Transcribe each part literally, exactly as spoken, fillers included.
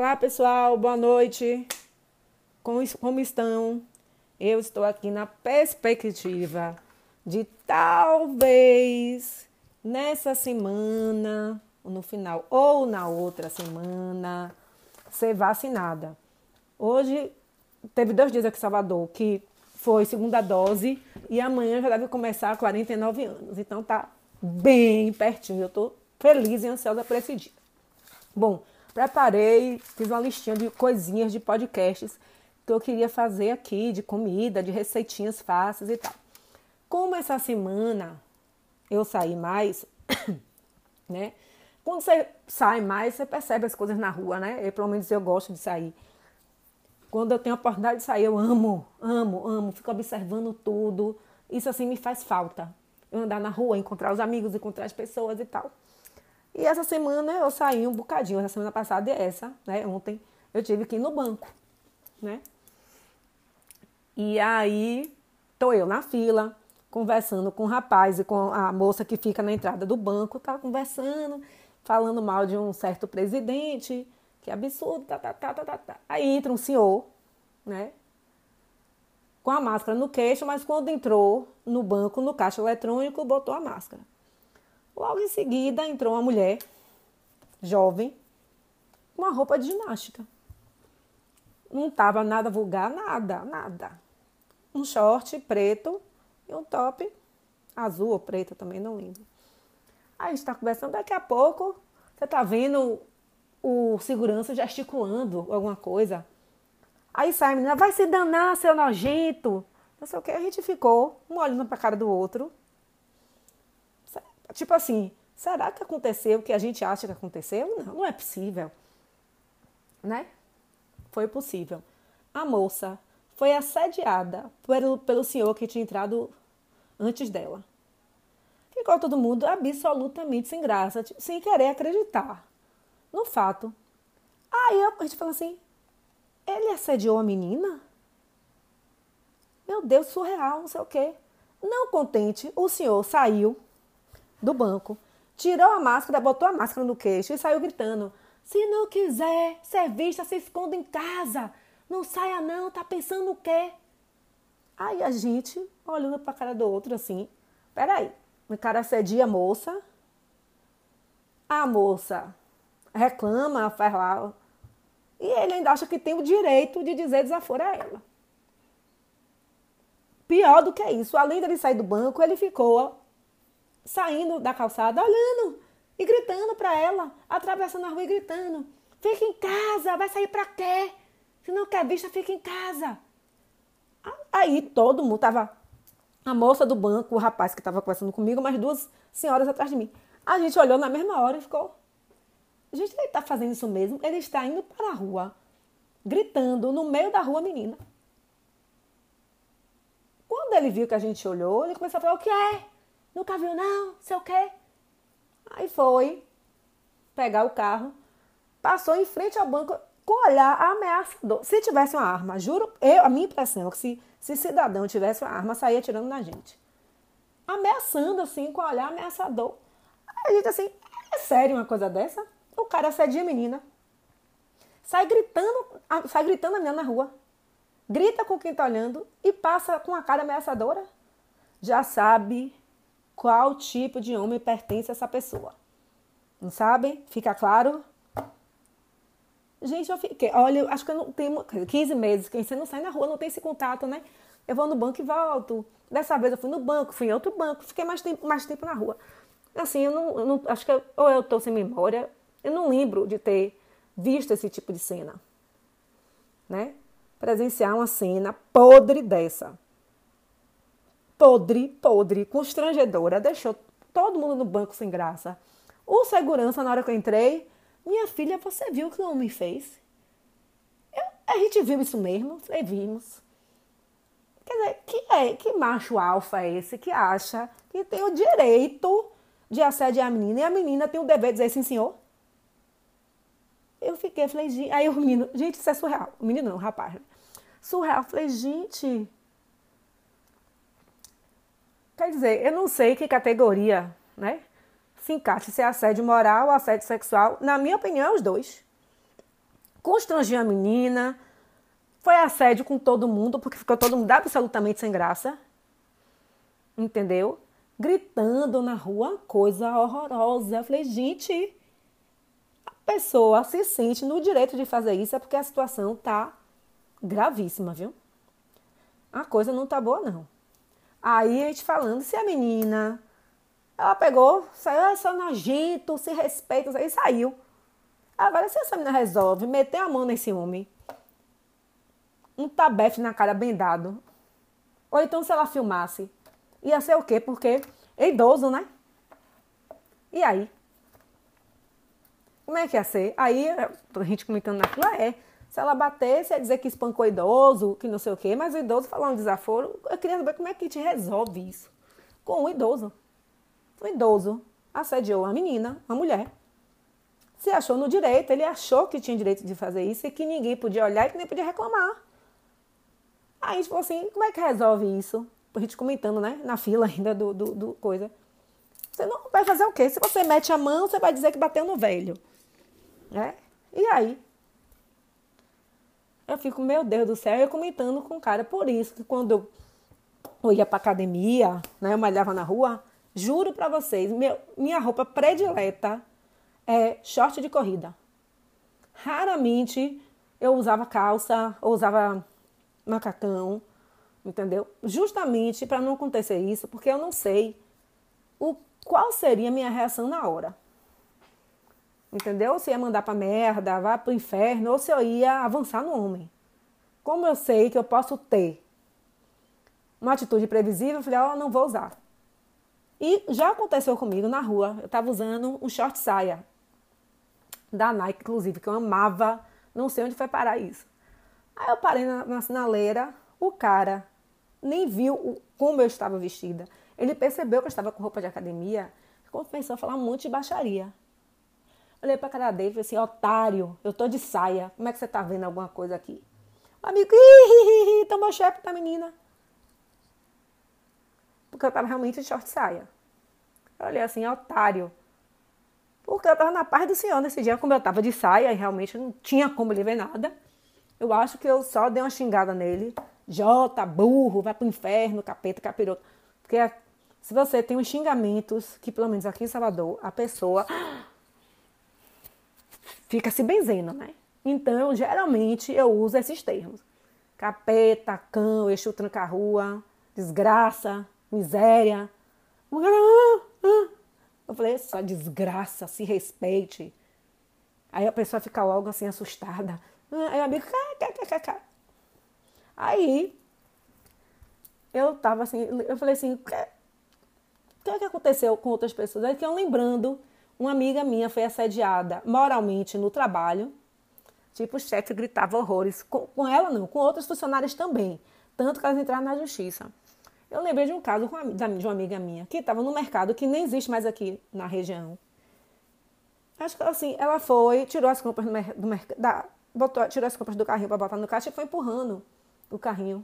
Olá, pessoal, boa noite. Como, como estão? Eu estou aqui na perspectiva de talvez nessa semana, no final ou na outra semana, ser vacinada. Hoje teve dois dias aqui em Salvador que foi segunda dose e amanhã já deve começar quarenta e nove anos. Então tá bem pertinho. Eu tô feliz e ansiosa por esse dia. Bom, preparei, fiz uma listinha de coisinhas de podcasts que eu queria fazer aqui, de comida, de receitinhas fáceis e tal. Como essa semana eu saí mais, né? Quando você sai mais, você percebe as coisas na rua, né? Eu, pelo menos eu gosto de sair. Quando eu tenho a oportunidade de sair, eu amo, amo, amo. Fico observando tudo. Isso, assim, me faz falta. Eu andar na rua, encontrar os amigos, encontrar as pessoas e tal. E essa semana eu saí um bocadinho. Essa semana passada e essa, né? Ontem eu tive que ir no banco, né? E aí, tô eu na fila, conversando com o rapaz e com a moça que fica na entrada do banco. Tá conversando, falando mal de um certo presidente. Que absurdo, tá, tá, tá, tá, tá. Aí entra um senhor, né? Com a máscara no queixo, mas quando entrou no banco, no caixa eletrônico, botou a máscara. Logo em seguida, entrou uma mulher, jovem, com uma roupa de ginástica. Não tava nada vulgar, nada, nada. Um short preto e um top azul ou preto, também não lembro. Aí a gente tá conversando, daqui a pouco, você tá vendo o segurança gesticulando alguma coisa. Aí sai a menina, vai se danar, seu nojento. Não sei o que, a gente ficou um olhando pra cara do outro. Tipo assim, será que aconteceu o que a gente acha que aconteceu? Não, não é possível. Né? Foi possível. A moça foi assediada pelo, pelo senhor que tinha entrado antes dela. Ficou todo mundo absolutamente sem graça, sem querer acreditar no fato. Aí a gente falou assim, ele assediou a menina? Meu Deus, surreal, não sei o quê. Não contente, o senhor saiu do banco, tirou a máscara, botou a máscara no queixo e saiu gritando, se não quiser ser vista, se esconda em casa. Não saia não, tá pensando o quê? Aí a gente, olhando pra cara do outro assim, peraí, o cara assedia a moça, a moça reclama, faz lá, e ele ainda acha que tem o direito de dizer desaforo a ela. Pior do que isso, além dele sair do banco, ele ficou saindo da calçada, olhando e gritando para ela, atravessando a rua e gritando, fica em casa, vai sair para quê? Se não quer vista, fica em casa. Aí todo mundo tava, a moça do banco, o rapaz que estava conversando comigo, mais duas senhoras atrás de mim. A gente olhou na mesma hora e ficou, gente, ele está fazendo isso mesmo? Ele está indo para a rua, gritando no meio da rua, menina. Quando ele viu que a gente olhou, ele começou a falar, o que é? Nunca viu não? Sei o quê? Aí foi pegar o carro, passou em frente ao banco com olhar ameaçador. Se tivesse uma arma, juro, eu, a minha impressão é que se, se cidadão tivesse uma arma, saía atirando na gente. Ameaçando assim, com olhar ameaçador. Aí a gente assim, é sério uma coisa dessa? O cara assedia a menina. Sai gritando, sai gritando a menina na rua. Grita com quem tá olhando e passa com a cara ameaçadora. Já sabe qual tipo de homem pertence a essa pessoa. Não sabe? Fica claro? Gente, eu fiquei... Olha, eu acho que eu não tenho... quinze meses, que você não sai na rua, não tem esse contato, né? Eu vou no banco e volto. Dessa vez eu fui no banco, fui em outro banco, fiquei mais tempo, mais tempo na rua. Assim, eu não... Eu não acho que... Eu, ou eu tô sem memória, eu não lembro de ter visto esse tipo de cena. Né? Presenciar uma cena podre dessa. Podre, podre, constrangedora, deixou todo mundo no banco sem graça. O segurança, na hora que eu entrei, minha filha, você viu o que o homem fez? Eu, a gente viu isso mesmo? Falei, vimos. Quer dizer, que, é, que macho alfa é esse que acha que tem o direito de assediar a menina e a menina tem o dever de dizer sim, senhor? Eu fiquei, falei, gente, aí o menino, gente, isso é surreal. O menino não, o rapaz. Surreal, falei, gente... Quer dizer, eu não sei que categoria, né, se encaixa, se é assédio moral ou assédio sexual. Na minha opinião, é os dois. constrangeu a menina, foi assédio com todo mundo, porque ficou todo mundo absolutamente sem graça, entendeu? Gritando na rua, coisa horrorosa. Eu falei, gente, a pessoa se sente no direito de fazer isso, é porque a situação tá gravíssima, viu? A coisa não tá boa, não. Aí a gente falando, se a menina, ela pegou, saiu, ah, seu nojento, se respeita, aí saiu. Agora, se essa menina resolve meter a mão nesse homem, um tabefe na cara bem dado, ou então se ela filmasse, ia ser o quê? Porque é idoso, né? E aí? Como é que ia ser? Aí, a gente comentando na fila, é, se ela batesse, ia dizer que espancou idoso, que não sei o quê, mas o idoso falando de desaforo, eu queria saber como é que a gente resolve isso com o idoso. O idoso assediou a menina, a mulher, se achou no direito, ele achou que tinha direito de fazer isso e que ninguém podia olhar e que nem podia reclamar. Aí a gente falou assim, como é que resolve isso? A gente comentando, né, na fila ainda do, do, do coisa. Você não vai fazer o quê? Se você mete a mão, você vai dizer que bateu no velho. Né? E aí? Eu fico, meu Deus do céu, eu comentando com o cara. Por isso que quando eu ia pra academia, né, eu malhava na rua, juro pra vocês, meu, minha roupa predileta é short de corrida. Raramente eu usava calça ou usava macacão, entendeu? Justamente para não acontecer isso, porque eu não sei o, qual seria a minha reação na hora. Entendeu? Ou se ia mandar pra merda, vá pro inferno, ou se eu ia avançar no homem. Como eu sei que eu posso ter uma atitude previsível, eu falei, ó, oh, não vou usar. E já aconteceu comigo na rua, eu tava usando um short saia da Nike, inclusive, que eu amava, não sei onde foi parar isso. Aí eu parei na, na sinaleira, o cara nem viu o, como eu estava vestida. Ele percebeu que eu estava com roupa de academia e começou a falar um monte de baixaria. Olhei pra cara dele e falei assim, otário, eu tô de saia, como é que você tá vendo alguma coisa aqui? O amigo, ih, tomou chefe da menina. Porque eu tava realmente de short saia. Eu olhei assim, otário. Porque eu tava na paz do Senhor nesse dia, como eu tava de saia e realmente não tinha como ele ver nada. Eu acho que eu só dei uma xingada nele. Jota, burro, vai pro inferno, capeta, capiroto. Porque se você tem uns xingamentos, que pelo menos aqui em Salvador, a pessoa fica se benzendo, né? Então, geralmente, eu uso esses termos. Capeta, cão, eixo tranca-rua, desgraça, miséria. Eu falei, só desgraça, se respeite. Aí a pessoa fica logo assim, assustada. Aí o amigo, aí eu tava assim, eu falei assim, o que, que é que aconteceu com outras pessoas? Aí que eu lembrando, uma amiga minha foi assediada moralmente no trabalho, tipo o chefe gritava horrores, com, com ela não, com outras funcionárias também, tanto que elas entraram na justiça. Eu lembrei de um caso com a, de uma amiga minha, que estava no mercado, que nem existe mais aqui na região. Acho que assim, ela foi, tirou as compras do mercado, botou, tirou as compras do carrinho para botar no caixa e foi empurrando o carrinho.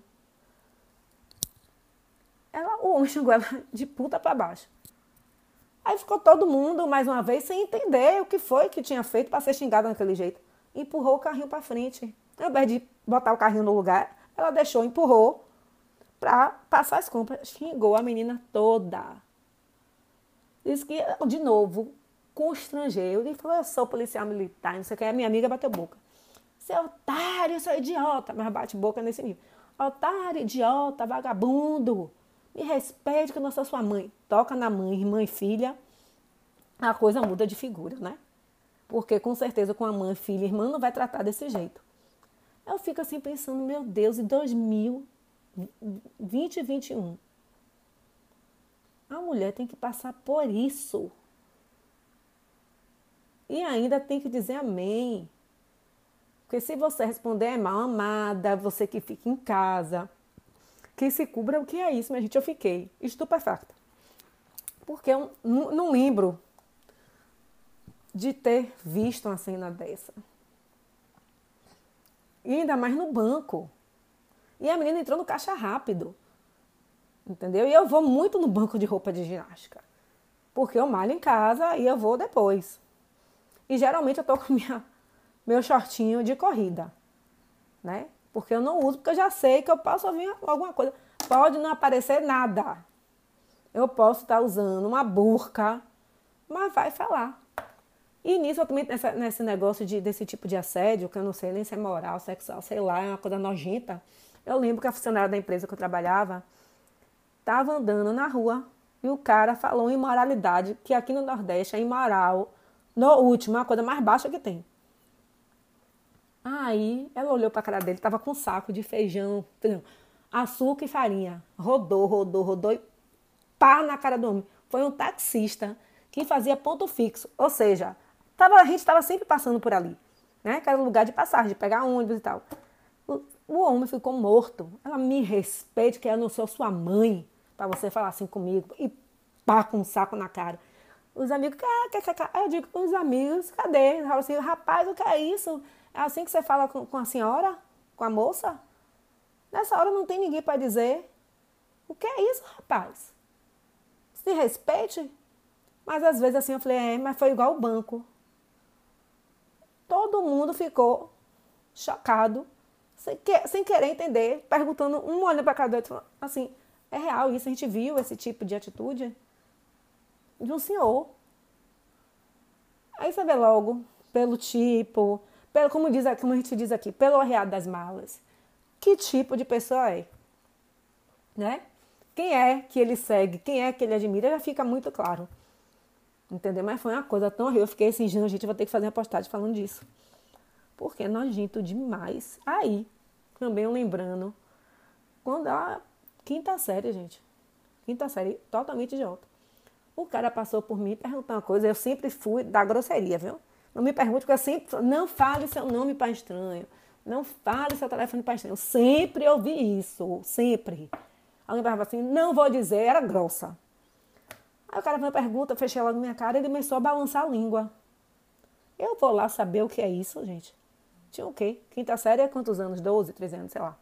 Ela, o homem xingou ela de puta para baixo. Aí ficou todo mundo, mais uma vez, sem entender o que foi que tinha feito para ser xingada daquele jeito. Empurrou o carrinho para frente. Ao invés de botar o carrinho no lugar, ela deixou, empurrou para passar as compras. Xingou a menina toda. Disse que, de novo, constrangeu. Ele falou, eu sou policial militar, não sei o que. A minha amiga bateu boca. Seu otário, seu idiota. Mas bate boca nesse nível. Otário, idiota, vagabundo. Me respeite que eu não sou sua mãe. Toca na mãe, irmã e filha. A coisa muda de figura, né? Porque com certeza com a mãe, filha e irmã não vai tratar desse jeito. Eu fico assim pensando, meu Deus, em dois mil e vinte e vinte e um. A mulher tem que passar por isso. E ainda tem que dizer amém. Porque se você responder é mal amada, você que fica em casa, que se cubra, o que é isso, minha gente? Eu fiquei estupefacta. Porque eu não, não lembro de ter visto uma cena dessa. E ainda mais no banco. E a menina entrou no caixa rápido. Entendeu? E eu vou muito no banco de roupa de ginástica. Porque eu malho em casa e eu vou depois. E geralmente eu tô com minha, meu shortinho de corrida, né? Porque eu não uso, porque eu já sei que eu posso ouvir alguma coisa. Pode não aparecer nada. Eu posso estar usando uma burca, mas vai falar. E nisso, eu também, nessa, nesse negócio de, desse tipo de assédio, que eu não sei nem se é moral, sexual, sei lá, é uma coisa nojenta. Eu lembro que a funcionária da empresa que eu trabalhava estava andando na rua e o cara falou imoralidade, que aqui no Nordeste é imoral, no último, é a coisa mais baixa que tem. Aí ela olhou para a cara dele, estava com um saco de feijão, feijão, açúcar e farinha. Rodou, rodou, rodou e pá na cara do homem. Foi um taxista que fazia ponto fixo, ou seja, tava, a gente estava sempre passando por ali, né? Que era um lugar de passagem, de pegar ônibus e tal. O, o homem ficou morto. Ela me respeite, que eu não sou sua mãe, para você falar assim comigo. E pá, com um saco na cara. Os amigos, eu digo com os amigos, cadê? Eu falo assim, rapaz, o que é isso? É assim que você fala com, com a senhora? Com a moça? Nessa hora não tem ninguém para dizer. O que é isso, rapaz? Se respeite. Mas às vezes assim eu falei, é, mas foi igual o banco. Todo mundo ficou chocado, sem, que, sem querer entender, perguntando, um olhando para cada outro, assim, é real isso? A gente viu esse tipo de atitude de um senhor. Aí você vê logo, pelo tipo, pelo, como, diz, como a gente diz aqui, pelo arreado das malas, que tipo de pessoa é, né? Quem é que ele segue, quem é que ele admira, já fica muito claro. Entendeu? Mas foi uma coisa tão horrível. Eu fiquei assim, gente, a gente vai ter que fazer uma postagem falando disso. Porque é nojento demais. Aí, também lembrando, quando a quinta série, gente, quinta série, totalmente idiota. O cara passou por mim e perguntou uma coisa, eu sempre fui da grosseria, viu? Não me pergunte, porque eu sempre, não fale seu nome para estranho, não fale seu telefone para estranho. Eu sempre ouvi isso, sempre. Alguém falava assim, não vou dizer, era grossa. Aí o cara fez uma pergunta, eu fechei ela na minha cara e ele começou a balançar a língua. Eu vou lá saber o que é isso, gente. Tinha o quê? Quinta série é quantos anos? doze, treze anos, sei lá.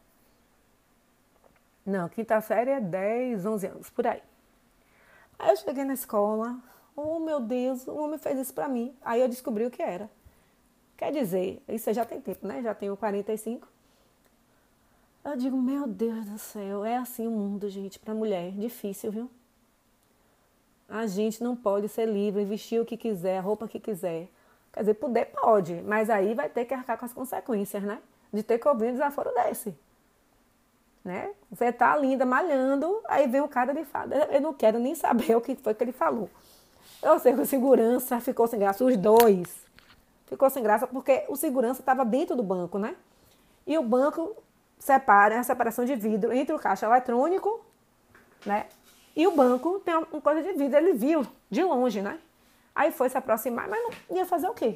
Não, quinta série é dez, onze anos, por aí. Aí eu cheguei na escola, oh meu Deus, o homem fez isso pra mim. Aí eu descobri o que era. Quer dizer, isso já tem tempo, né? Já tenho quarenta e cinco. Eu digo, meu Deus do céu, é assim o mundo, gente, pra mulher. Difícil, viu? A gente não pode ser livre, vestir o que quiser, a roupa que quiser. Quer dizer, poder pode, mas aí vai ter que arcar com as consequências, né? De ter que ouvir um desaforo desse. Né? Você tá linda, malhando, aí vem o cara e fala. Eu não quero nem saber o que foi que ele falou. Eu sei que o segurança ficou sem graça, os dois. Ficou sem graça porque o segurança estava dentro do banco, né? E o banco separa, a separação de vidro entre o caixa eletrônico, né? E o banco tem uma coisa de vidro, ele viu de longe, né? Aí foi se aproximar, mas não ia fazer o quê?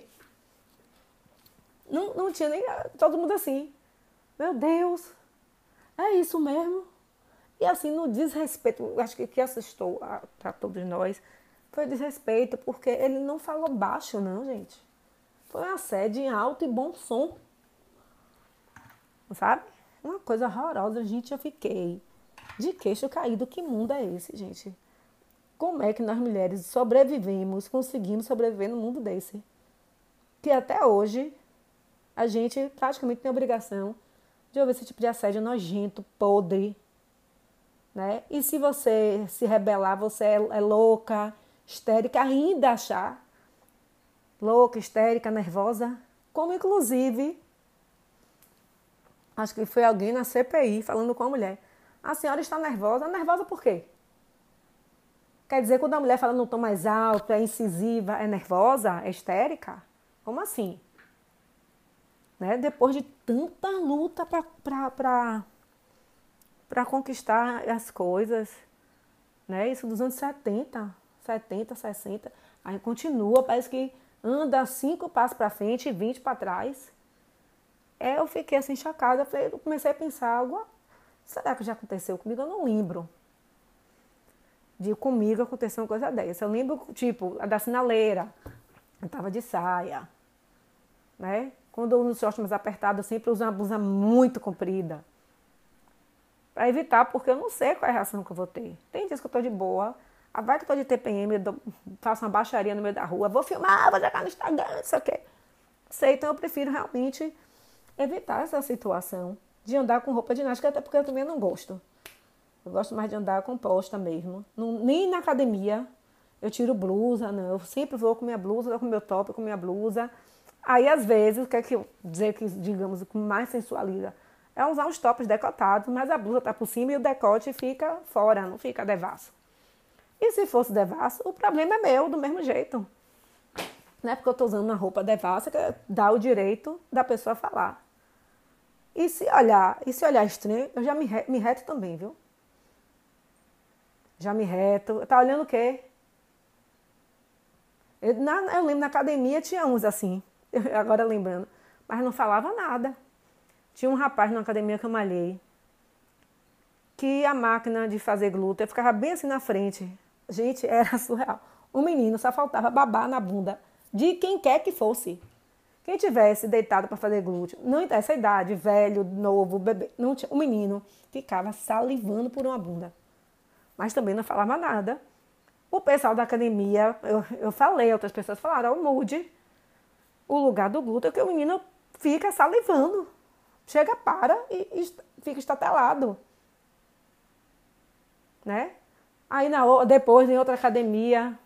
Não, não tinha nem... Todo mundo assim, meu Deus, é isso mesmo? E assim, no desrespeito, acho que o que assustou para todos nós foi o desrespeito, porque ele não falou baixo, não, gente. Foi um assédio em alto e bom som. Sabe? Uma coisa horrorosa, gente, eu fiquei de queixo caído. Que mundo é esse, gente? Como é que nós mulheres sobrevivemos, conseguimos sobreviver num mundo desse? Que até hoje a gente praticamente tem a obrigação de ouvir esse tipo de assédio nojento, podre, né? E se você se rebelar, você é, é louca, histérica, ainda achar louca, histérica, nervosa, como inclusive, acho que foi alguém na C P I falando com a mulher. A senhora está nervosa. Nervosa por quê? Quer dizer, quando a mulher fala num tom mais alto, é incisiva, é nervosa, é histérica? Como assim? Né? Depois de tanta luta para conquistar as coisas, né? Isso dos anos setenta, setenta, sessenta, aí continua, parece que anda cinco passos para frente e vinte para trás. É, eu fiquei assim chocada, eu, falei, eu comecei a pensar algo, será que já aconteceu comigo? Eu não lembro de comigo acontecer uma coisa dessa. Eu lembro, tipo, a da sinaleira, eu tava de saia, né? Quando eu uso short mais apertado, eu sempre uso uma blusa muito comprida. Para evitar, porque eu não sei qual é a reação que eu vou ter. Tem dias que eu tô de boa, a vai que eu tô de T P M, eu dou, faço uma baixaria no meio da rua, vou filmar, vou jogar no Instagram, não sei o quê. sei, então eu prefiro realmente evitar essa situação de andar com roupa de ginástica, até porque eu também não gosto. Eu gosto mais de andar composta mesmo. Não, nem na academia eu tiro blusa, não. Eu sempre vou com minha blusa, vou com meu top, com minha blusa. Aí, às vezes, o que é que eu dizer que, digamos, com mais sensualiza? É usar uns tops decotados, mas a blusa tá por cima e o decote fica fora, não fica devasso. E se fosse devasso, o problema é meu, do mesmo jeito. Não é porque eu tô usando uma roupa devassa que dá o direito da pessoa falar. E se olhar, e se olhar estranho, eu já me, re, me reto também, viu? Já me reto. Tá olhando o quê? Eu, na, eu lembro, na academia tinha uns assim, agora lembrando, mas não falava nada. Tinha um rapaz na academia que eu malhei, que a máquina de fazer glúten ficava bem assim na frente. Gente, era surreal. O menino só faltava babar na bunda de quem quer que fosse. Quem tivesse deitado para fazer glúten, não interessa a idade, velho, novo, bebê, não tinha, o menino ficava salivando por uma bunda. Mas também não falava nada. O pessoal da academia, eu, eu falei, outras pessoas falaram, mude o lugar do glúten, que o menino fica salivando. Chega, para e, e fica estatelado. Né? Aí na, depois, em outra academia,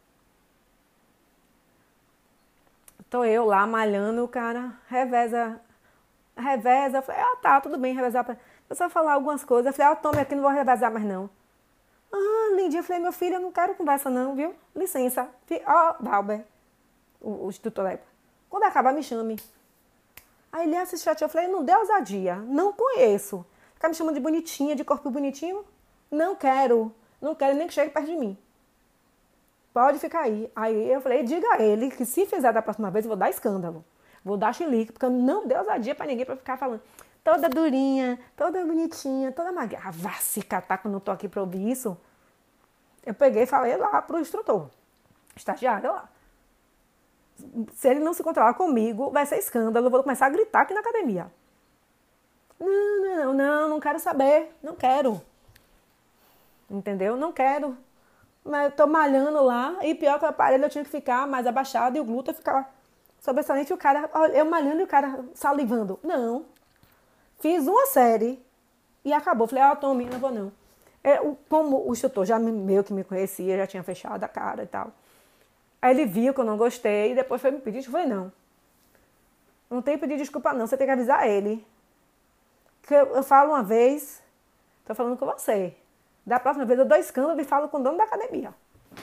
tô eu lá malhando, o cara reveza, reveza. Eu falei, ah, tá, tudo bem, revezar. Eu só falar algumas coisas. Eu falei, ah, tome aqui, não vou revezar mais não. Ah, lindinho. Eu falei, meu filho, eu não quero conversa não, viu? Licença. Ó, oh, Valber, o, o instrutor da época. Quando acabar, me chame. Aí ele assistiu, eu falei, não dê ousadia, não conheço. Ficar me chamando de bonitinha, de corpo bonitinho? Não quero, não quero nem que chegue perto de mim. Pode ficar aí. Aí eu falei, diga a ele que se fizer da próxima vez, eu vou dar escândalo. Vou dar chilique, porque eu não dei ousadia pra ninguém pra ficar falando. Toda durinha, toda bonitinha, toda magra. Ah, vá se catar quando eu tô aqui pra ouvir isso. Eu peguei e falei lá pro instrutor, estagiário lá. Se ele não se controlar comigo, vai ser escândalo. Eu vou começar a gritar aqui na academia. Não, não, não, não quero saber. Não quero. Entendeu? Não quero. Mas eu tô malhando lá. E pior que o aparelho eu tinha que ficar mais abaixado e o glúten ficava sobressalente. E o cara, eu malhando e o cara salivando. Não. Fiz uma série e acabou. Falei, ó, oh, Tommy, não vou não. Eu, como o instrutor já meio que me conhecia, já tinha fechado a cara e tal. Aí ele viu que eu não gostei e depois foi me pedir. Eu falei, não. Não tem que pedir desculpa não, você tem que avisar ele. Que eu, eu falo uma vez, tô falando com você. Da próxima vez eu dou escândalo e falo com o dono da academia.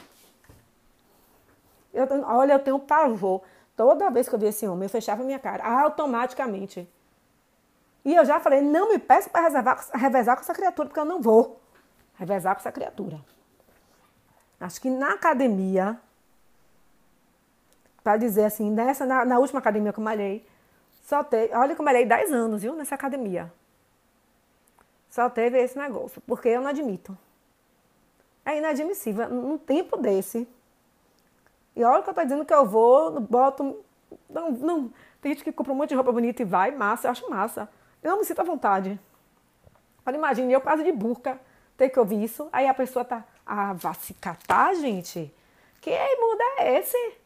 Eu, olha, eu tenho pavor. Toda vez que eu vi esse homem, eu fechava minha cara, automaticamente. E eu já falei, não me peça para revezar com essa criatura, porque eu não vou revezar com essa criatura. Acho que na academia... Para dizer assim, nessa, na, na última academia que eu malhei, só teve, olha que eu malhei dez anos, viu, nessa academia. Só teve esse negócio, porque eu não admito. É inadmissível, num tempo desse. E olha que eu tô dizendo que eu vou, boto, não, não, tem gente que compra um monte de roupa bonita e vai, massa, eu acho massa. Eu não me sinto à vontade. Olha, imagine, eu quase de burca, ter que ouvir isso, aí a pessoa tá, ah, vai se catar, gente? Que muda é esse?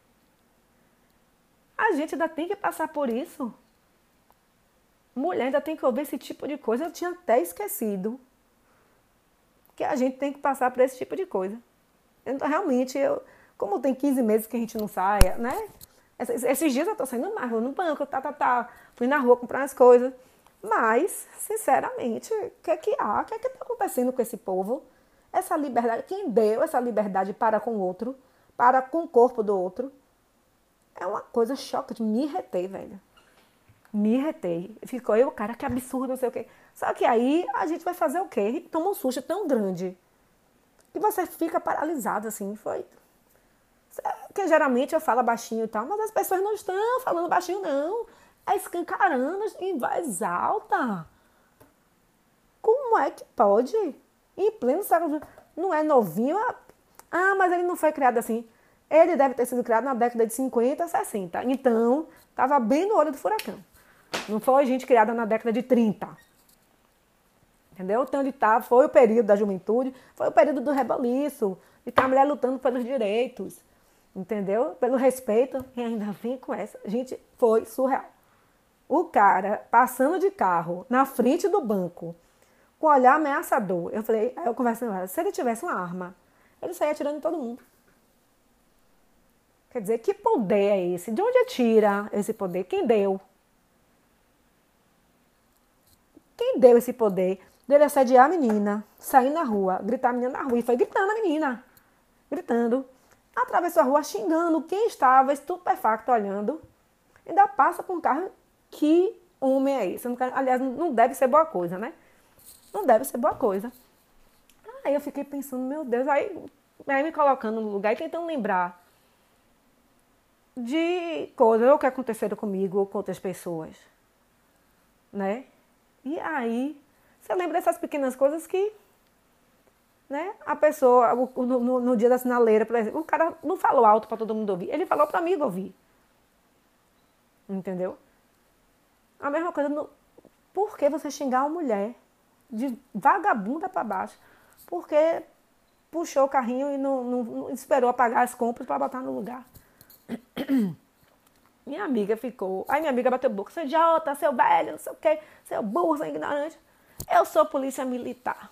A gente ainda tem que passar por isso. Mulher ainda tem que ouvir esse tipo de coisa. Eu tinha até esquecido que a gente tem que passar por esse tipo de coisa. Então, realmente, eu, como tem quinze meses que a gente não sai, né? Esses, esses dias eu tô saindo na rua, no banco, tá, tá, tá. Fui na rua comprar as coisas. Mas, sinceramente, o que é que há? O que é que tá acontecendo com esse povo? Essa liberdade, quem deu essa liberdade para com o outro, para com o corpo do outro? É uma coisa chocante. Me irritei, velho. Me irritei. Ficou eu, cara, que absurdo, não sei o quê. Só que aí a gente vai fazer o quê? A gente toma um susto tão grande que você fica paralisado, assim. Foi. Porque geralmente eu falo baixinho e tal, mas as pessoas não estão falando baixinho, não. É escancarando em voz alta. Como é que pode? Em pleno século. Não é novinho? Ah, mas ele não foi criado assim. Ele deve ter sido criado na década de cinquenta, sessenta. Então, estava bem no olho do furacão. Não foi gente criada na década de trinta. Entendeu? Então, ele tá, foi o período da juventude, foi o período do reboliço, de ter a mulher lutando pelos direitos. Entendeu? Pelo respeito, e ainda vem com essa. Gente, foi surreal. O cara passando de carro na frente do banco, com olhar ameaçador. Eu falei, aí eu conversei com ela, se ele tivesse uma arma, ele saía atirando em todo mundo. Quer dizer, que poder é esse? De onde tira esse poder? Quem deu? Quem deu esse poder dele assediar a menina, sair na rua, gritar a menina na rua, e foi gritando a menina, gritando, atravessou a rua xingando quem estava estupefacto olhando, ainda passa por um carro. Que homem é esse? Aliás, não deve ser boa coisa, né? Não deve ser boa coisa. Aí eu fiquei pensando, meu Deus, aí, aí me colocando no lugar e tentando lembrar de coisas ou que aconteceram comigo ou com outras pessoas, né? E aí, você lembra dessas pequenas coisas que, né? A pessoa, no, no, no dia da sinaleira, por exemplo, o cara não falou alto para todo mundo ouvir, ele falou para amigo ouvir. Entendeu? A mesma coisa, no, por que você xingar uma mulher de vagabunda para baixo? Porque puxou o carrinho e não, não, não esperou apagar as compras para botar no lugar. Minha amiga ficou... Aí minha amiga bateu boca, seu idiota, seu velho, não sei o quê, seu burro, seu ignorante. Eu sou polícia militar.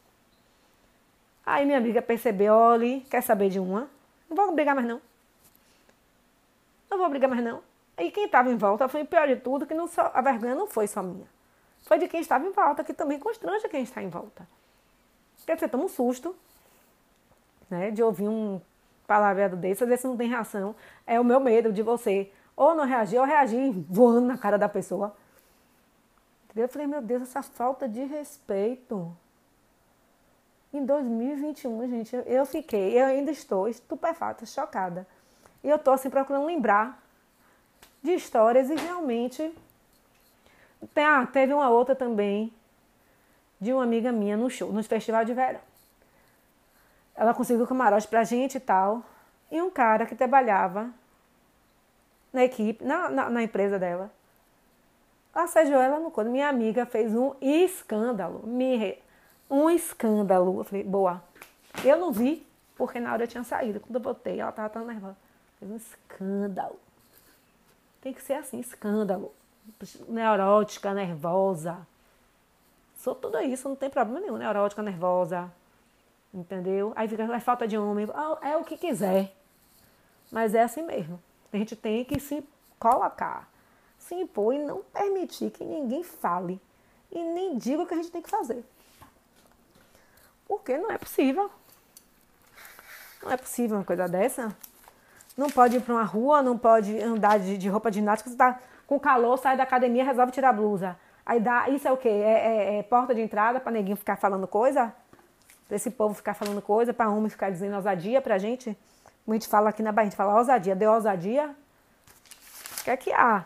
Aí minha amiga percebeu, olha, quer saber de uma? Não vou brigar mais não. Não vou brigar mais não. E quem estava em volta foi o pior de tudo, que não só, a vergonha não foi só minha. Foi de quem estava em volta, que também constrange quem está em volta. Porque você toma um susto, né, de ouvir um palavreado desse, às vezes você não tem reação. É o meu medo de você ou não reagir, ou reagir voando na cara da pessoa. Eu falei, meu Deus, essa falta de respeito. Em dois mil e vinte e um, gente, eu fiquei, eu ainda estou estupefata, chocada. E eu estou assim procurando lembrar de histórias e realmente... Ah, teve uma outra também de uma amiga minha no show, no festival de verão. Ela conseguiu camarote pra gente e tal. E um cara que trabalhava na equipe, na, na, na empresa dela, assediou ela no corpo. Minha amiga fez um escândalo. Me, um escândalo. Eu falei, boa. Eu não vi, porque na hora eu tinha saído. Quando eu botei, ela tava tão nervosa. Fez um escândalo. Tem que ser assim, escândalo. Neurótica, nervosa. Sou tudo isso, não tem problema nenhum. Neurótica, nervosa. Entendeu? Aí fica a falta de homem. É o que quiser. Mas é assim mesmo. A gente tem que se colocar, se impor e não permitir que ninguém fale e nem diga o que a gente tem que fazer. Porque não é possível. Não é possível uma coisa dessa. Não pode ir para uma rua, não pode andar de, de roupa de ginástica. Você está com calor, sai da academia, resolve tirar a blusa. Aí dá, isso é o quê? É, é, é porta de entrada para neguinho ficar falando coisa? Para esse povo ficar falando coisa, para homem ficar dizendo ousadia pra gente? Como a gente fala aqui na Bahia, a gente fala ousadia. Deu ousadia? O que é que há?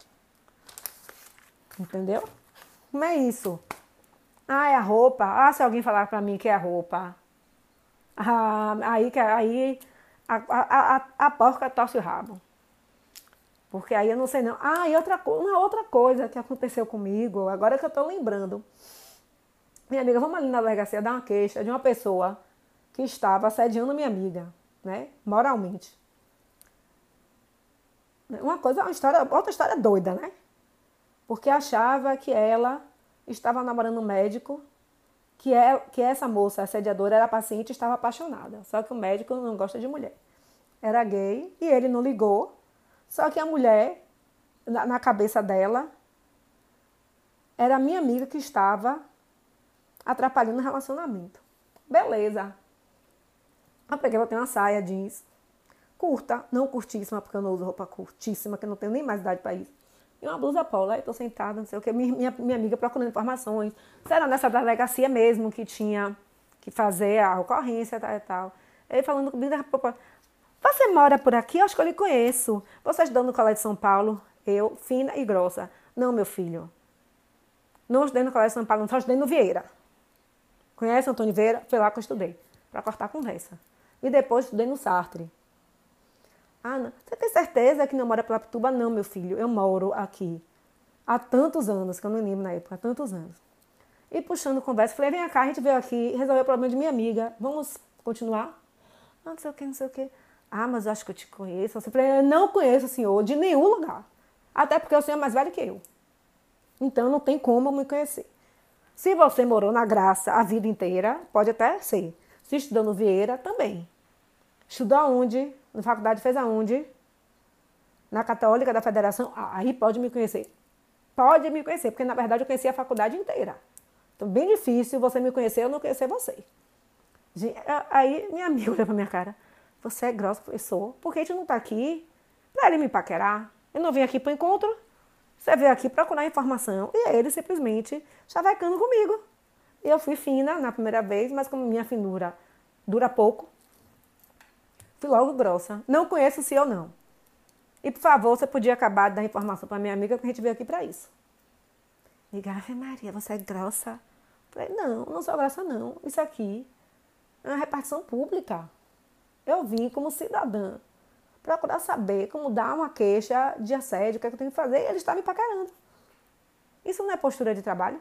Entendeu? Como é isso? Ah, é a roupa. Ah, se alguém falar pra mim que é a roupa. Ah, aí aí a, a, a, a porca torce o rabo. Porque aí eu não sei não. Ah, e outra, uma outra coisa que aconteceu comigo, agora que eu tô lembrando. Minha amiga, vamos ali na delegacia dar uma queixa de uma pessoa que estava assediando minha amiga, né? Moralmente. Uma coisa, uma história, outra história doida, né? Porque achava que ela estava namorando um médico, que, é, que essa moça assediadora era paciente e estava apaixonada. Só que o médico não gosta de mulher. Era gay e ele não ligou. Só que a mulher, na, na cabeça dela, era a minha amiga que estava atrapalhando o relacionamento. Beleza. Eu peguei, botei uma saia jeans curta, não curtíssima, porque eu não uso roupa curtíssima, que eu não tenho nem mais idade para isso. E uma blusa polo, aí tô sentada, não sei o que, minha, minha, minha amiga procurando informações. Se era nessa delegacia mesmo que tinha que fazer a ocorrência e tal e tal. Ele falando comigo, você mora por aqui? Eu acho que eu lhe conheço. Você estudou no Colégio de São Paulo? Eu, fina e grossa. Não, meu filho. Não estudei no Colégio de São Paulo, só estudei no Vieira. Conhece o Antônio Vieira? Foi lá que eu estudei, para cortar a conversa. E depois estudei no Sartre. Ah, não. Você tem certeza que não mora pela Pituba? Não, meu filho, eu moro aqui. Há tantos anos, que eu não lembro na época, há tantos anos. E puxando conversa, falei, vem cá, a gente veio aqui resolver o problema de minha amiga. Vamos continuar? Ah, não sei o que, não sei o que. Ah, mas eu acho que eu te conheço. Eu falei, eu não conheço o senhor de nenhum lugar. Até porque o senhor é mais velho que eu. Então não tem como me conhecer. Se você morou na Graça a vida inteira, pode até ser. Se estudou no Vieira, também. Estudou aonde? Na faculdade fez aonde? Na Católica da Federação? Ah, aí pode me conhecer. Pode me conhecer, porque na verdade eu conheci a faculdade inteira. Então, bem difícil você me conhecer ou não conhecer você. Aí minha amiga olha pra minha cara. Você é grossa, professor. Por que a gente não tá aqui pra ele me paquerar? Eu não vim aqui pro encontro. Você veio aqui procurar informação. E ele simplesmente chavecando comigo. E eu fui fina na primeira vez, mas como minha finura dura pouco, fui logo grossa. Não conheço se ou não. E, por favor, você podia acabar de dar informação para minha amiga, porque a gente veio aqui para isso. Diga, Ave Maria, você é grossa? Eu falei, não, não sou grossa, não. Isso aqui é uma repartição pública. Eu vim como cidadã procurar saber como dar uma queixa de assédio, o que, é que eu tenho que fazer, e ele está me paquerando. Isso não é postura de trabalho?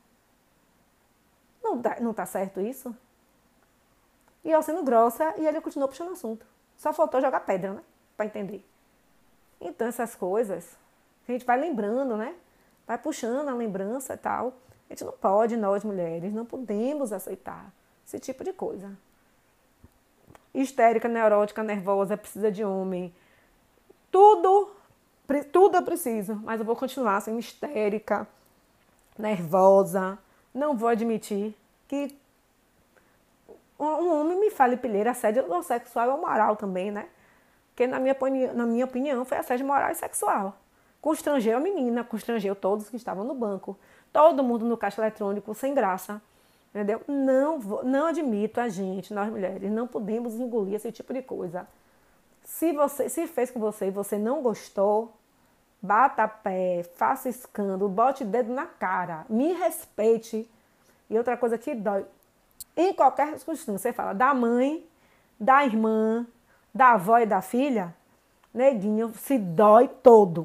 Não tá, não tá certo isso? E eu sendo grossa, e ele continuou puxando o assunto. Só faltou jogar pedra, né? Para entender. Então, essas coisas, a gente vai lembrando, né? Vai puxando a lembrança e tal. A gente não pode, nós mulheres, não podemos aceitar esse tipo de coisa. Histérica, neurótica, nervosa, precisa de homem. Tudo, tudo eu preciso, mas eu vou continuar sendo histérica, nervosa. Não vou admitir que um homem me fale pilheira, assédio sexual ou moral também, né? Porque na minha, na minha opinião foi assédio moral e sexual. Constrangeu a menina, constrangeu todos que estavam no banco. Todo mundo no caixa eletrônico, sem graça. Entendeu? Não, não admito a gente, nós mulheres, não podemos engolir esse tipo de coisa. Se, você, se fez com você e você não gostou, bata pé, faça escândalo, bote dedo na cara, me respeite. E outra coisa que dói, em qualquer circunstância, você fala da mãe, da irmã, da avó e da filha, neguinho, se dói todo.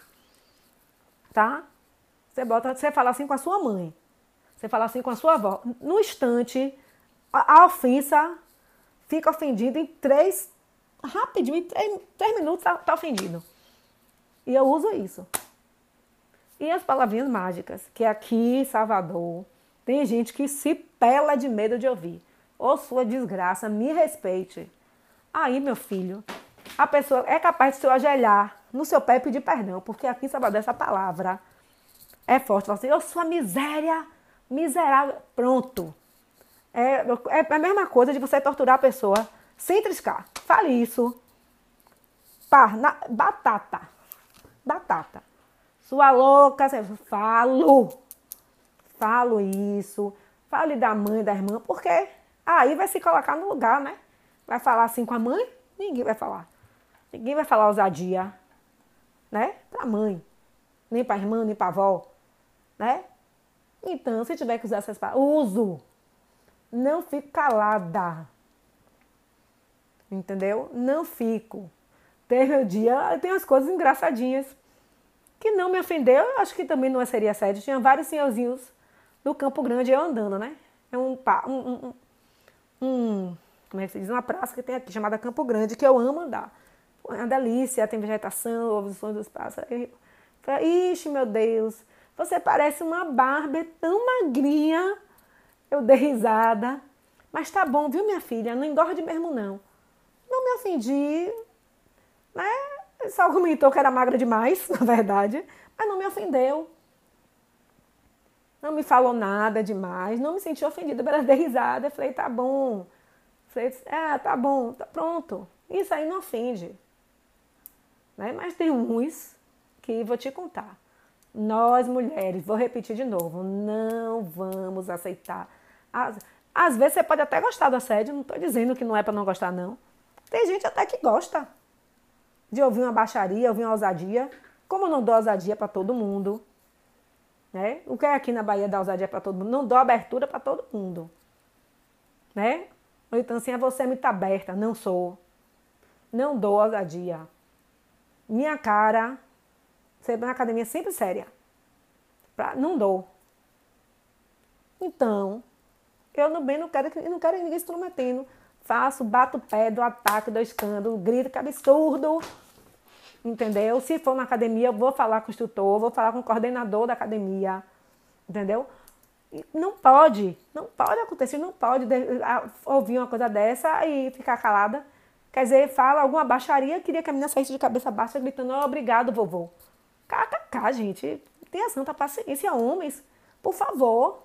Tá? Você, bota, você fala assim com a sua mãe. Você fala assim com a sua avó. No instante, a, a ofensa fica ofendido em três... Rapidinho, em três, três minutos tá, tá ofendido. E eu uso isso. E as palavrinhas mágicas, que aqui em Salvador tem gente que se pela de medo de ouvir. Ô, sua desgraça, me respeite. Aí, meu filho, a pessoa é capaz de se ajoelhar no seu pé e pedir perdão, porque aqui em Salvador essa palavra é forte. Fala assim, ô, sua miséria, miserável. Pronto. É, é a mesma coisa de você torturar a pessoa sem triscar. Fale isso. Pá, na, batata. Batata. Sua louca, falo. Falo isso. Fale da mãe, da irmã, porque aí vai se colocar no lugar, né? Vai falar assim com a mãe? Ninguém vai falar. Ninguém vai falar ousadia, né? Pra mãe. Nem pra irmã, nem pra avó, né? Então, se tiver que usar essas palavras, uso. Não fico calada. Entendeu? Não fico. Teve o dia, tem umas coisas engraçadinhas que não me ofendeu. Eu acho que também não seria assédio. Tinha vários senhorzinhos no Campo Grande, eu andando, né? É um, um, um, um como é que se diz? Uma praça que tem aqui, chamada Campo Grande, que eu amo andar. É uma delícia, tem vegetação, ouve os sons dos pássaros. Eu falei, ixi, meu Deus, você parece uma Barbie tão magrinha. Eu dei risada. Mas tá bom, viu, minha filha? Não engorde mesmo, não. Não me ofendi, né? Ele só comentou que era magra demais, na verdade, mas não me ofendeu. Não me falou nada demais, não me senti ofendida, eu dei risada. Eu falei, tá bom. Falei, é, tá bom, tá pronto. Isso aí não ofende. Né? Mas tem uns que vou te contar. Nós, mulheres, vou repetir de novo, não vamos aceitar. Às, às vezes você pode até gostar do assédio, não estou dizendo que não é para não gostar, não. Tem gente até que gosta de ouvir uma baixaria, ouvir uma ousadia. Como eu não dou ousadia para todo mundo, né? O que é aqui na Bahia dar ousadia para todo mundo? Não dou abertura para todo mundo, né? Ou então assim, você é muito aberta. Não sou. Não dou ousadia. Minha cara, sempre na academia, sempre séria. Pra, não dou. Então, eu não, bem, não, quero, não quero ninguém se intrometendo. faço, bato o pé, do ataque, do escândalo, grito que absurdo, entendeu? Se for na academia, eu vou falar com o instrutor, vou falar com o coordenador da academia, entendeu? Não pode, não pode acontecer, não pode ouvir uma coisa dessa e ficar calada. Quer dizer, fala alguma baixaria, queria que a menina saísse de cabeça baixa gritando, oh, obrigado, vovô. Kkk, gente, tenha santa paciência, homens, por favor.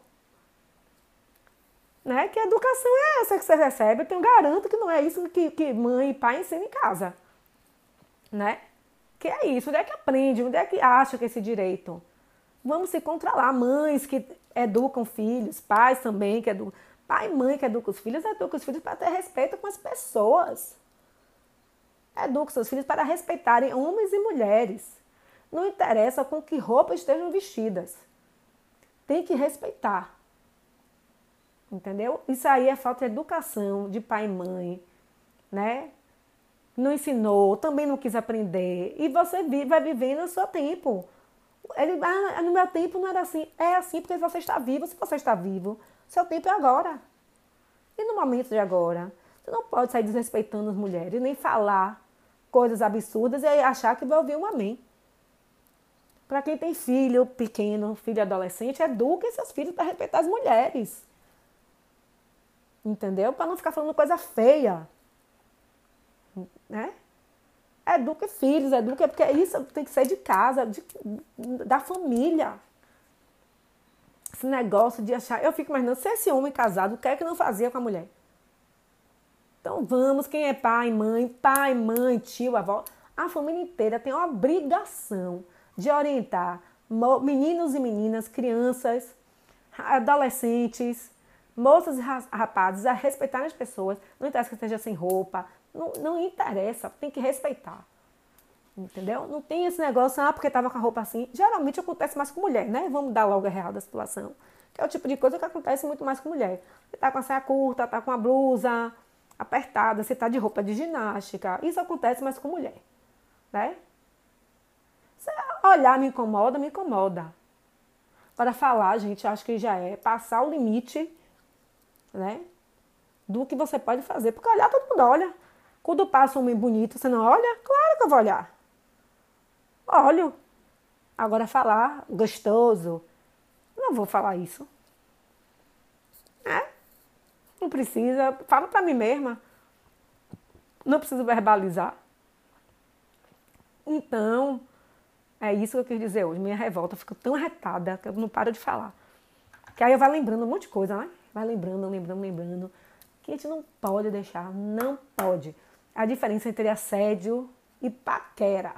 Né? Que educação é essa que você recebe? Eu tenho garanto que não é isso que, que mãe e pai ensinam em casa. Né? Que é isso, onde é que aprende, onde é que acha que é esse direito? Vamos se controlar, mães que educam filhos, pais também que educam. Pai e mãe que educam os filhos, educam os filhos para ter respeito com as pessoas. Educa seus filhos para respeitarem homens e mulheres. Não interessa com que roupas estejam vestidas. Tem que respeitar. Entendeu? Isso aí é falta de educação de pai e mãe, né? Não ensinou, também não quis aprender. E você vai vivendo o seu tempo. Ele, ah, no meu tempo não era assim. É assim porque você está vivo. Se você está vivo, seu tempo é agora. E no momento de agora, você não pode sair desrespeitando as mulheres, nem falar coisas absurdas e achar que vai ouvir um amém. Para quem tem filho pequeno, filho adolescente, eduque seus filhos para respeitar as mulheres. Entendeu? Para não ficar falando coisa feia. Né? Eduque filhos, eduque, porque isso tem que ser de casa, de, da família. Esse negócio de achar... Eu fico imaginando, se esse homem casado, o que é que não fazia com a mulher? Então vamos, quem é pai, mãe, pai, mãe, tio, avó, a família inteira tem a obrigação de orientar meninos e meninas, crianças, adolescentes, moças e rapazes a respeitarem as pessoas. Não interessa que esteja sem roupa, não, não interessa, tem que respeitar. Entendeu? Não tem esse negócio, ah, porque estava com a roupa assim. Geralmente acontece mais com mulher, né? Vamos dar logo a real da situação. Que é o tipo de coisa que acontece muito mais com mulher. Você tá com a saia curta, tá com a blusa apertada, você tá de roupa de ginástica. Isso acontece mais com mulher, né? Se olhar me incomoda, me incomoda. Para falar, gente, acho que já é passar o limite, né? Do que você pode fazer. Porque olhar, todo mundo olha. Quando passa um homem bonito, você não olha? Claro que eu vou olhar. Olho. Agora falar gostoso, não vou falar isso. É? Não precisa. Falo pra mim mesma. Não preciso verbalizar. Então, é isso que eu quis dizer hoje. Minha revolta, eu fico tão arretada que eu não paro de falar. Que aí eu vou lembrando um monte de coisa, né? Vai lembrando, lembrando, lembrando. Que a gente não pode deixar, não pode. A diferença entre assédio e paquera.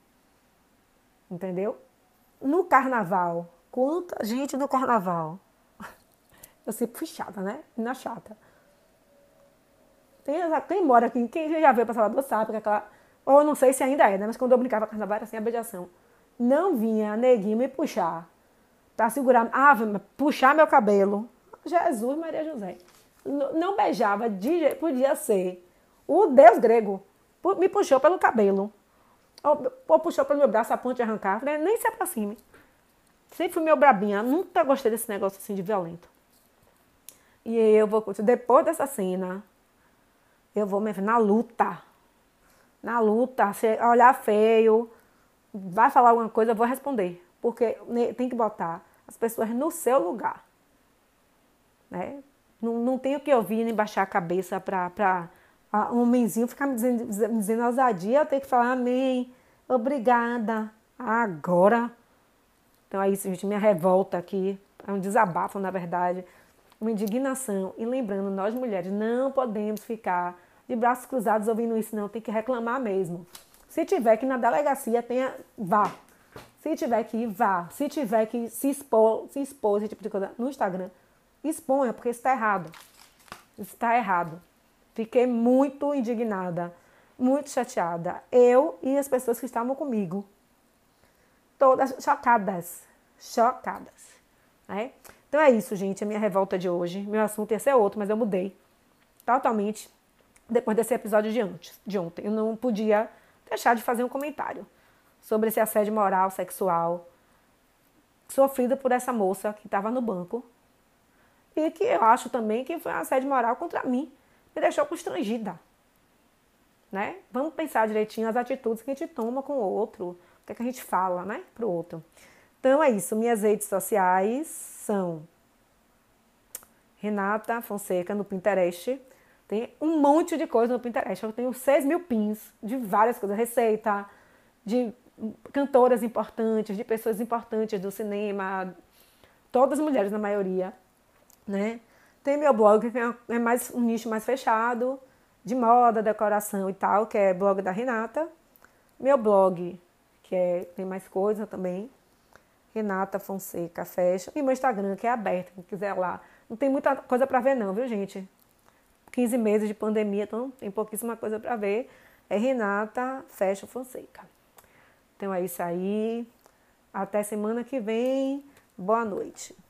Entendeu? No carnaval, quanta gente no carnaval. Eu sempre fui chata, né? Na chata. Tem, quem mora aqui, quem já veio pra Salvador sabe que aquela... Ou não sei se ainda é, né? Mas quando eu brincava com carnaval era assim, a beijação. Não vinha neguinho me puxar. Pra segurar... Ah, puxar meu cabelo. Jesus, Maria José. Não beijava, de, podia ser o deus grego. Me puxou pelo cabelo. Ou, ou puxou pelo meu braço a ponto de arrancar. Falei, nem se aproxime. Sempre fui meio brabinha. Nunca gostei desse negócio assim de violento. E eu vou... Depois dessa cena, eu vou me ver na luta. Na luta. Se olhar feio, vai falar alguma coisa, eu vou responder. Porque tem que botar as pessoas no seu lugar. Né? Não, não tenho que ouvir nem baixar a cabeça para um homenzinho ficar me dizendo, me dizendo ousadia. Eu tenho que falar amém, obrigada, agora. Então é isso, gente, minha revolta aqui, é um desabafo, na verdade, uma indignação. E lembrando, nós mulheres não podemos ficar de braços cruzados ouvindo isso, não. Tem que reclamar mesmo. Se tiver que ir na delegacia, tenha, vá. Se tiver que ir, vá. Se tiver que se expor, se expor, esse tipo de coisa no Instagram, exponha, porque isso está errado. Isso está errado. Fiquei muito indignada, muito chateada. Eu e as pessoas que estavam comigo. Todas chocadas. Chocadas. Né? Então é isso, gente. A minha revolta de hoje. Meu assunto ia ser outro, mas eu mudei. Totalmente. Depois desse episódio de, antes, de ontem. Eu não podia deixar de fazer um comentário sobre esse assédio moral, sexual, sofrido por essa moça que estava no banco. E que eu acho também que foi um assédio moral contra mim. me deixou constrangida. Né? Vamos pensar direitinho as atitudes que a gente toma com o outro, o que é que a gente fala, né, para o outro. Então é isso, minhas redes sociais são Renata Fonseca no Pinterest. Tem um monte de coisa no Pinterest. Eu tenho seis mil pins de várias coisas, receita, de cantoras importantes, de pessoas importantes do cinema, todas mulheres na maioria, né? Tem meu blog, que é mais um nicho mais fechado, de moda, decoração e tal, que é blog da Renata. Meu blog, que é, tem mais coisa também, Renata Fonseca Fashion. E meu Instagram, que é aberto, quem quiser lá. Não tem muita coisa para ver não, viu, gente? quinze meses de pandemia, então tem pouquíssima coisa para ver. É Renata Fashion Fonseca. Então é isso aí. Até semana que vem. Boa noite.